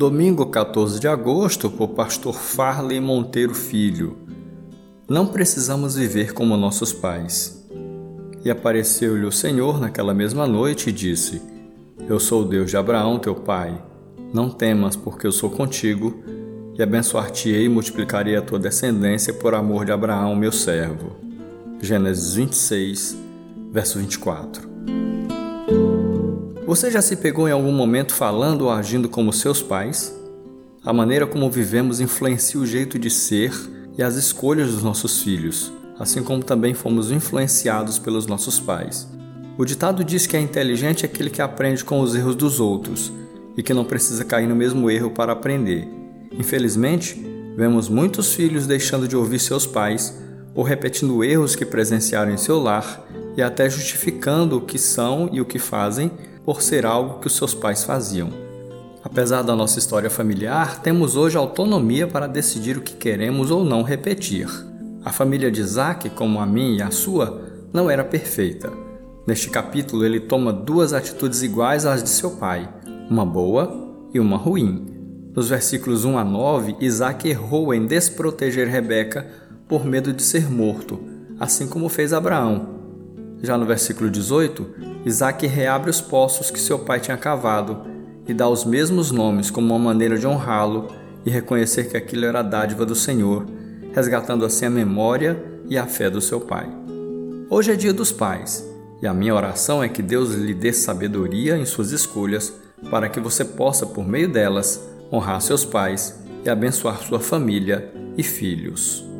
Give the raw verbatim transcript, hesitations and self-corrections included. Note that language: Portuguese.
Domingo quatorze de agosto, por pastor Farley Monteiro Filho. Não precisamos viver como nossos pais. E apareceu-lhe o Senhor naquela mesma noite e disse: Eu sou o Deus de Abraão, teu pai. Não temas, porque eu sou contigo, e abençoar-te-ei e multiplicarei a tua descendência por amor de Abraão, meu servo. Gênesis vinte e seis, verso vinte e quatro. Você já se pegou em algum momento falando ou agindo como seus pais? A maneira como vivemos influencia o jeito de ser e as escolhas dos nossos filhos, assim como também fomos influenciados pelos nossos pais. O ditado diz que é inteligente aquele que aprende com os erros dos outros e que não precisa cair no mesmo erro para aprender. Infelizmente, vemos muitos filhos deixando de ouvir seus pais ou repetindo erros que presenciaram em seu lar e até justificando o que são e o que fazem por ser algo que os seus pais faziam. Apesar da nossa história familiar, temos hoje autonomia para decidir o que queremos ou não repetir. A família de Isaac, como a minha e a sua, não era perfeita. Neste capítulo, ele toma duas atitudes iguais às de seu pai, uma boa e uma ruim. Nos versículos um a nove, Isaac errou em desproteger Rebeca por medo de ser morto, assim como fez Abraão. Já no versículo dezoito, Isaac reabre os poços que seu pai tinha cavado e dá os mesmos nomes como uma maneira de honrá-lo e reconhecer que aquilo era a dádiva do Senhor, resgatando assim a memória e a fé do seu pai. Hoje é dia dos pais, e a minha oração é que Deus lhe dê sabedoria em suas escolhas para que você possa, por meio delas, honrar seus pais e abençoar sua família e filhos.